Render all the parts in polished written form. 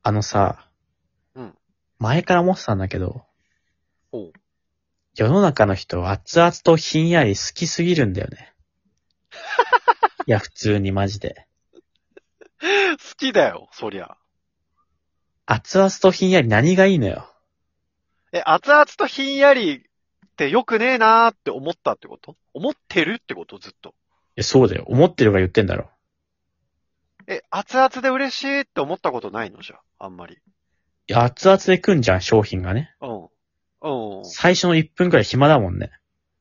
あのさ、 うん。 前から思ってたんだけど、 おう。 世の中の人、熱々とひんやり好きすぎるんだよね。いや、普通にマジで。 好きだよ、そりゃ。 熱々とひんやり何がいいのよ。 熱々とひんやりって良くねえなーって思ったってこと思ってるってことずっと。 そうだよ。思ってるが言ってんだろ。 熱々で嬉しいって思ったことないのじゃあ、あんまり。 いや、熱々で来んじゃん、商品がね。 うん。うん。 最初の1分くらい暇だもんね。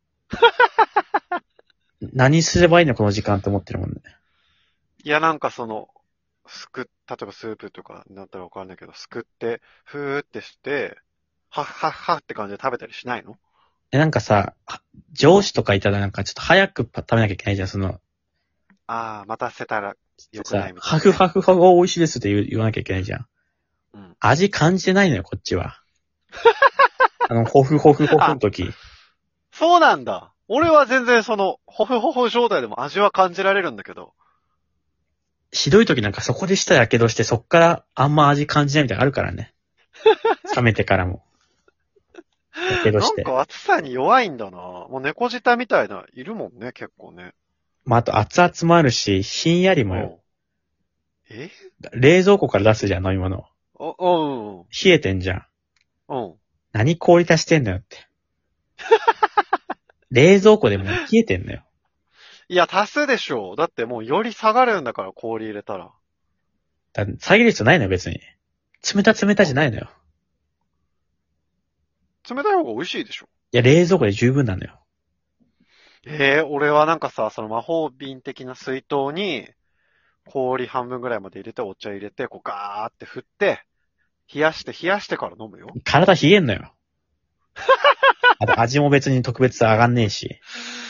何すればいいのこの時間って思ってるもんね。 いや、なんか例えばスープとかなったらわかんないけど、すくって、ふーってして、はっはっはって感じで食べたりしないの？ なんかさ、上司とかいたらなんかちょっと早く食べなきゃいけないじゃん、その、 待たせたら良くなさ、 いみたいな、ね。 ハフハフハが美味しいですって言わなきゃいけないじゃん。 うん。 味感じてないのよ、こっちは。ホフホフホフのあ、 時。 そうなんだ。俺は全然ホフホフ状態でも味は感じられるんだけど。 ひどい時なんかそこで舌やけどしてそっからあんま味感じないみたいなのあるからね。冷めてからも。やけどしなんて。 か暑さに弱いんだな。もう猫舌みたいな、いるもんね、結構ね。 まあ、あと熱々もあるし、ひんやりもよ。 うん。え冷蔵庫から出すじゃん、飲み物。 うん。 冷えてんじゃん。 うん。 何氷足してんのよって。冷蔵庫でもう冷えてんのよ。 いや、足すでしょ。だってもうより下がるんだから、氷入れたら。 下げる必要ないのよ、別に。冷た冷たじゃないのよ。 冷たい方が美味しいでしょ。 いや、冷蔵庫で十分なのよ。 俺はなんかさ、その魔法瓶的な水筒に、氷半分ぐらいまで入れて、お茶入れて、こうガーって振って、冷やしてから飲むよ。 体冷えんのよ。あと味も別に特別上がんねえし。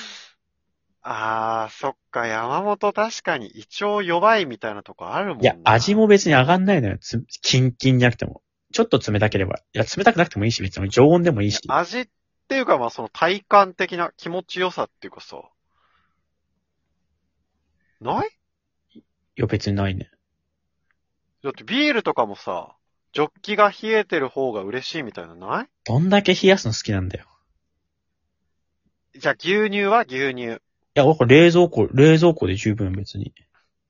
そっか、山本確かに胃腸弱いみたいなとこあるいや、 もん味もな。 別に上がんないのよ。キンキンじゃなくても。ちょっと冷たければ。いや、冷たくなくてもいいし、別に常温でもいいいや、 し。 味っていうか、まあその体感的な気持ちよさっていうかさ、ない？ いや、別にないね。 だってビールとかもさ、ジョッキが冷えてる方が嬉しいみたいなのない？ どんだけ冷やすの好きなんだよ。 じゃあ牛乳は牛乳。 いや、これ冷蔵庫で十分別に。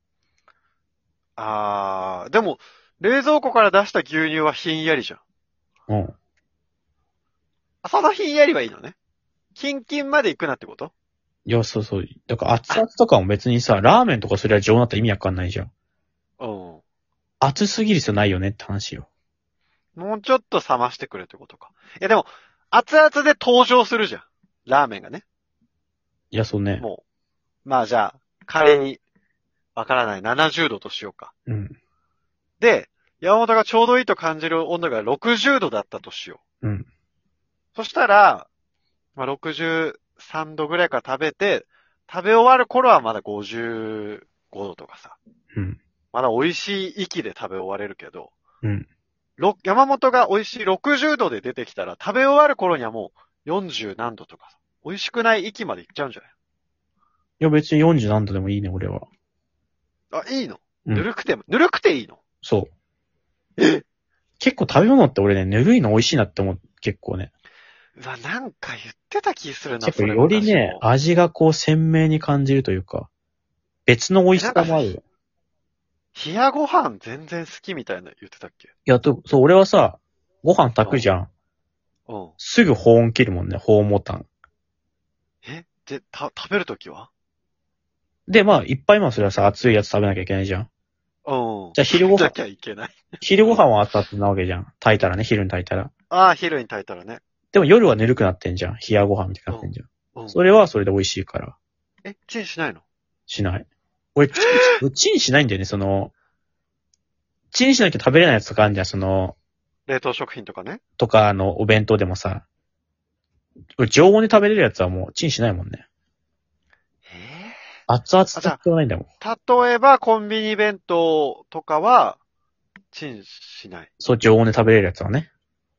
でも、冷蔵庫から出した牛乳はひんやりじゃん。 うん。 そのひんやりはいいのね。キンキンまで行くなってこと？ いや、そうそう。だから熱あ、 々とかも別にさ、ラーメンとかそれは常温だったら意味わかんないじゃん。 うん。 熱すぎる必要ないよねって話よ。 もうちょっと冷ましてくれってことか。いやでも、熱々で登場するじゃん。ラーメンがね。 いや、そうね。 もう。まあじゃあ、仮に、わからない70度としようか。 うん。 で、山本がちょうどいいと感じる温度が60度だったとしようん。 う。そしたら、まあ63度ぐらいから食べて、食べ終わる頃はまだ55度とかさ。 うん。 まだ美味しい息で食べ終われるけど、 うん。 山本が美味しい60度で出てきたら、食べ終わる頃にはもう40何度とかさ。美味しくない息までいっちゃうんじゃない？ いや、別に40何度でもいいね、俺は。 いいの？ うん。 ぬるくていいの？ そう。結構食べ物って俺ね、ぬるいの美味しいなって思う。結構ね。 うわ、なんか言ってた気するな、 結構それよりね、 昔も。 味がこう鮮明に感じるというか、別の美味しなんかさ、 さもあるよ。 冷やご飯全然好きみたいな言ってたっけ？ いや、そう、俺はさ、ご飯炊くうん。 じゃん。 うん。 すぐ保温切るもんね、保温ボタン。 食べるときは？ で、まあ、いっぱい今それはさ、熱いやつ食べなきゃいけないじゃん。 うん。 じゃあ昼ご飯、 食べなきゃいけない。 昼ごうん。 飯は熱々なわけじゃん。炊いたらね、昼に炊いたら。 昼に炊いたらね。 でも夜はぬるくなってんじゃん。冷やご飯みたいになってんじゃん。 うん。 それはそれで美味しいから、 チンしないの？ しない。俺、チンしないんだよね、チンしなきゃ食べれないやつとかあるじゃん、 冷凍食品とかね。 とか、お弁当でもさ、俺常温で食べれるやつはもうチンしないもんね。 え熱々ってじゃ必要ないんだもん。 あ、例えばコンビニ弁当とかは、チンしない。 そう、常温で食べれるやつはね。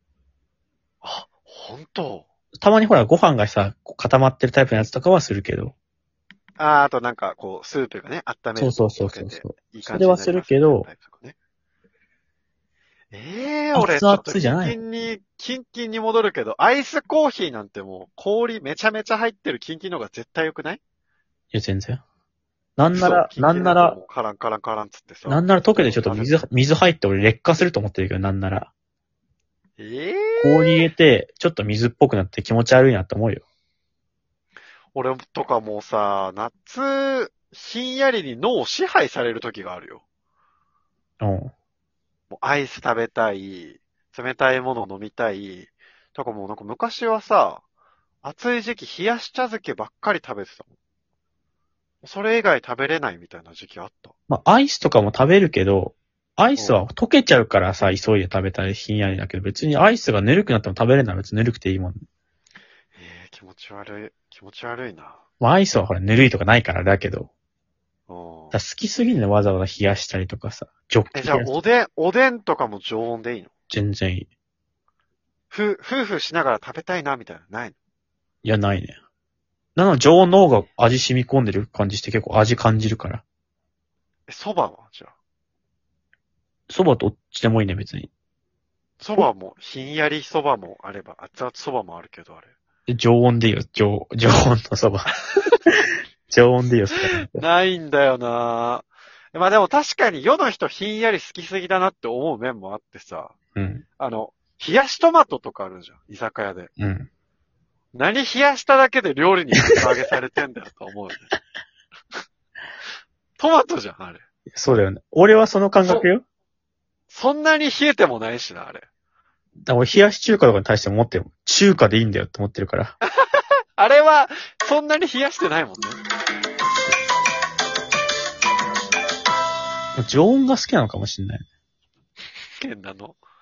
ほんと？ たまにほら、ご飯がさ、こう固まってるタイプのやつとかはするけど。 あとなんか、こう、スープがね、温めるとそうそうそう溶けて、 そうそう。 いい感それはすじになりまするけど、 みたいなタイプとかね。 俺ちょっと熱々じゃないキンキンに戻るけど、アイスコーヒーなんてもう氷めちゃめちゃ入ってるキンキンの方が絶対良くない？ いや、全然。なんなら、 そうキンキンなんならも、うカランカランカランつってさ。 なんなら溶けてちょっと水入って俺劣化すると思ってるけど、なんなら。氷入れて、ちょっと水っぽくなって気持ち悪いなって思うよ。 俺とかもうさ、夏、ひんやりに脳を支配される時があるよ。 うん。 もうアイス食べたい、冷たいもの飲みたい。とかもうなんか昔はさ、暑い時期冷やし茶漬けばっかり食べてたもん。それ以外食べれないみたいな時期あった。 まあ、アイスとかも食べるけど、アイスは溶けちゃうからさ、急いで食べたいひんやりだけど、別にアイスがぬるくなっても食べれるなら別にぬるくていいもん。 気持ち悪い。気持ち悪いな。 まあ、アイスはほらぬるいとかないからだけど、 うん。 好きすぎるのわざわざ冷やしたりとかさ、ジョッキじゃあ冷やすおでんとかも常温でいいの？ 全然いい。 夫婦しながら食べたいなみたいなのないの？ いや、ないね。なの常温の方が味染み込んでる感じして結構味感じるから。 蕎麦はじゃあ。 蕎麦どっちでもいいね、別に。 蕎麦も、ひんやり蕎麦もあれば、熱々蕎麦もあるけど、あれ。 常温でいいよ、常温の蕎麦。常温でいいよ、それ。 ないんだよなぁ。まあでも確かに世の人ひんやり好きすぎだなって思う面もあってさ、 うん。 冷やしトマトとかあるじゃん、居酒屋で。 うん。 何冷やしただけで料理に格上げされてんだよと思うよね。トマトじゃん、あれ。 そうだよね。俺はその感覚よ。 そんなに冷えてもないしな、あれ。 だから俺冷やし中華とかに対しても思ってる。中華でいいんだよって思ってるから。 あれは、そんなに冷やしてないもんね。 常温が好きなのかもしんない。 変なの。